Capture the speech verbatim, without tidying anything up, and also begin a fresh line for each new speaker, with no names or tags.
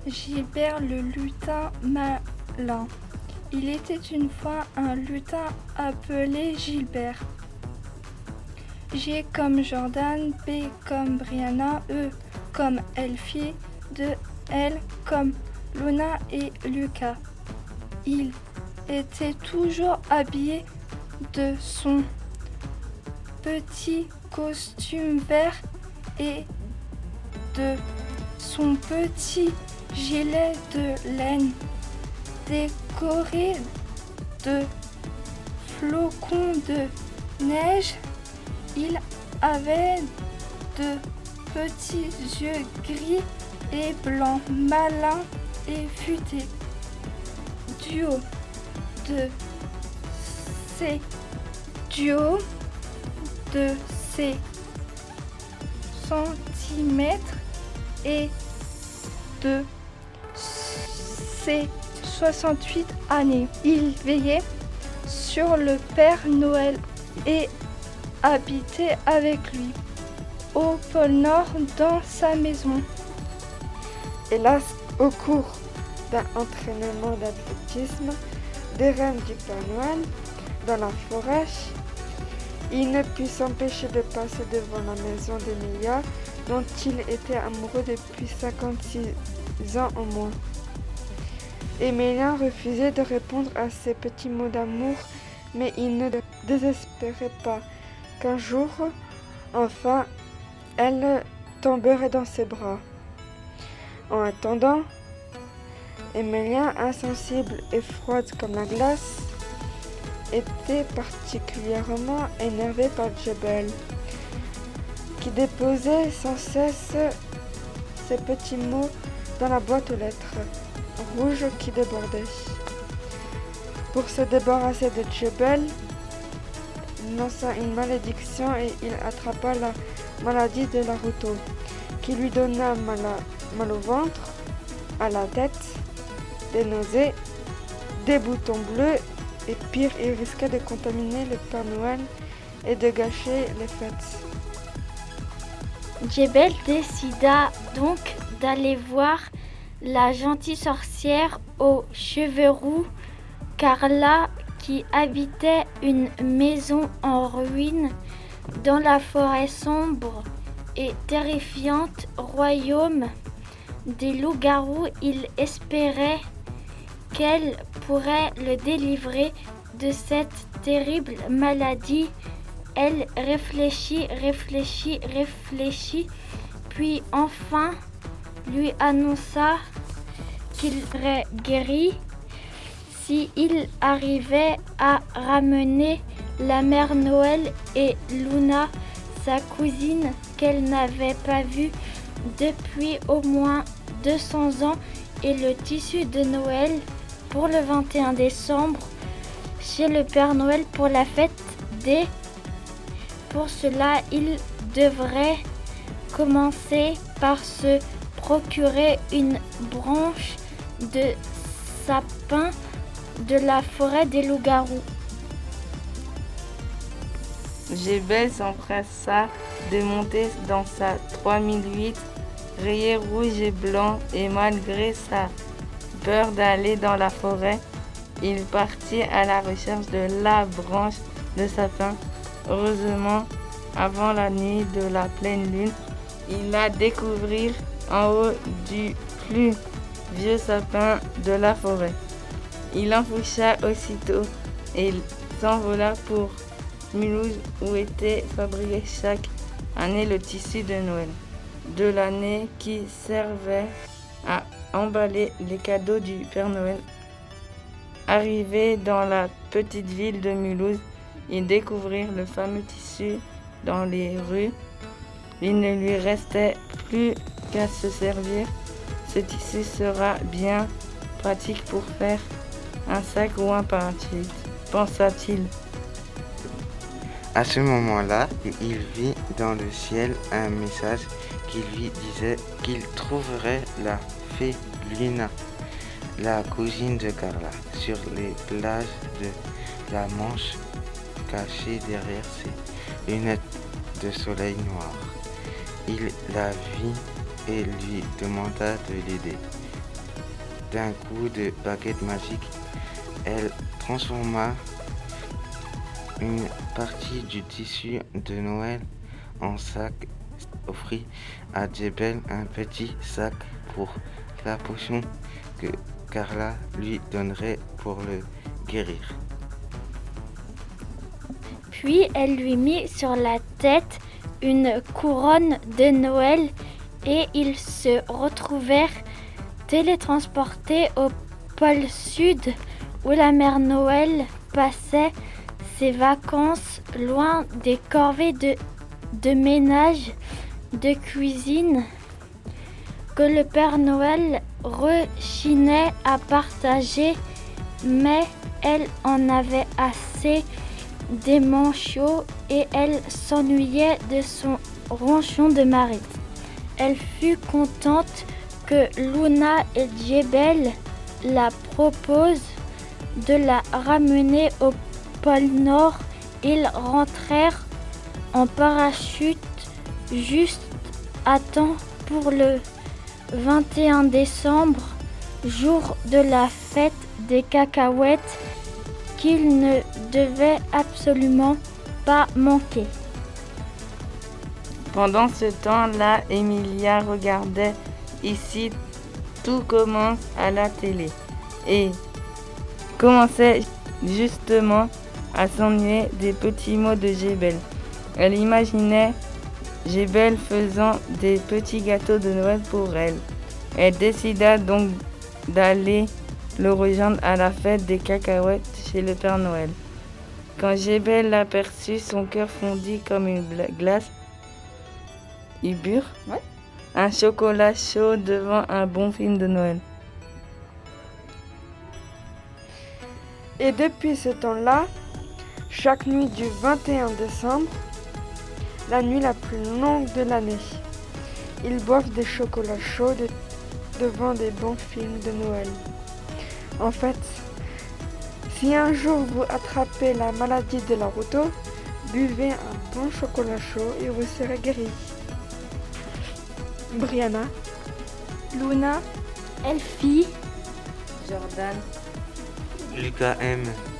Gilbert le lutin malin. Il était une fois un lutin appelé Gilbert. G comme Jordan, B comme Brianna, E comme Elfie, deux L comme Luna et Lucas. Il était toujours habillé de son petit costume vert et de son petit gilet de laine décoré de flocons de neige. Il avait de petits yeux gris et blancs, malins et futés. Du haut de ses du haut de ses centimètres et de ses soixante-huit années, il veillait sur le Père Noël et habitait avec lui au pôle Nord dans sa maison.
Hélas, au cours d'un entraînement d'athlétisme des reines du Père Noël dans la forêt, il ne put s'empêcher de passer devant la maison d'Emilia, dont il était amoureux depuis cinquante-six ans au moins. Emilia refusait de répondre à ses petits mots d'amour, mais il ne désespérait pas qu'un jour, enfin, elle tomberait dans ses bras. En attendant, Emilia, insensible et froide comme la glace, était particulièrement énervée par Jebel, qui déposait sans cesse ses petits mots dans la boîte aux lettres rouge qui débordait. Pour se débarrasser de Jebel, il lança une malédiction et il attrapa la maladie de Naruto, qui lui donna mal, à, mal au ventre, à la tête, des nausées, des boutons bleus et pire, il risquait de contaminer le Père Noël et de gâcher les fêtes.
Jebel décida donc d'aller voir la gentille sorcière aux cheveux roux, Carla, qui habitait une maison en ruine dans la forêt sombre et terrifiante royaume des loups-garous. Il espérait qu'elle pourrait le délivrer de cette terrible maladie. Elle réfléchit, réfléchit, réfléchit, puis enfin lui annonça qu'il serait guéri s'il arrivait à ramener la mère Noël et Luna, sa cousine qu'elle n'avait pas vue depuis au moins deux cents ans, et le tissu de Noël pour le vingt et un décembre chez le Père Noël pour la fête des... Pour cela, il devrait commencer par se procurer une branche de sapin de la forêt des loups-garous.
Jebel s'empressa de monter dans sa trois mille huit, rayée rouge et blanc, et malgré sa peur d'aller dans la forêt, il partit à la recherche de la branche de sapin. Heureusement, avant la nuit de la pleine lune, il la découvrit en haut du plus vieux sapin de la forêt. Il enfoucha aussitôt et il s'envola pour Mulhouse, où était fabriqué chaque année le tissu de Noël de l'année qui servait à emballer les cadeaux du Père Noël. Arrivé dans la petite ville de Mulhouse, ils découvrirent le fameux tissu dans les rues. Il ne lui restait plus qu'à se servir. Ce tissu sera bien pratique pour faire un sac ou un parachute, pensa-t-il.
À ce moment-là, il vit dans le ciel un message qui lui disait qu'il trouverait la fée Luna, la cousine de Carla, sur les plages de la Manche, cachée derrière ses lunettes de soleil noir. Il la vit et lui demanda de l'aider. d'un coup de baguette magique, elle transforma une partie du tissu de Noël en sac, offrit à Jebel un petit sac pour la potion que Carla lui donnerait pour le guérir.
Puis elle lui mit sur la tête une couronne de Noël et ils se retrouvèrent télétransportés au pôle sud où la mère Noël passait ses vacances loin des corvées de, de ménage, de cuisine que le Père Noël rechignait à partager, mais elle en avait assez des manchots et elle s'ennuyait de son ronchon de mari. Elle fut contente que Luna et Jebel la proposent de la ramener au pôle Nord. Ils rentrèrent en parachute juste à temps pour le vingt et un décembre, jour de la fête des cacahuètes qu'ils ne devaient absolument pas manquer.
Pendant ce temps-là, Emilia regardait Ici tout commence à la télé et commençait justement à s'ennuyer des petits mots de Jebel. Elle imaginait Jebel faisant des petits gâteaux de Noël pour elle. Elle décida donc d'aller le rejoindre à la fête des cacahuètes chez le Père Noël. Quand Jebel l'aperçut, son cœur fondit comme une glace. Ibur,
ouais.
Un chocolat chaud devant un bon film de Noël.
Et depuis ce temps-là, chaque nuit du vingt et un décembre, la nuit la plus longue de l'année, ils boivent des chocolats chauds de, devant des bons films de Noël. En fait, si un jour vous attrapez la maladie de la roto, buvez un bon chocolat chaud et vous serez guéri. Brianna,
Luna,
Elfie,
Jordan,
Lucas M.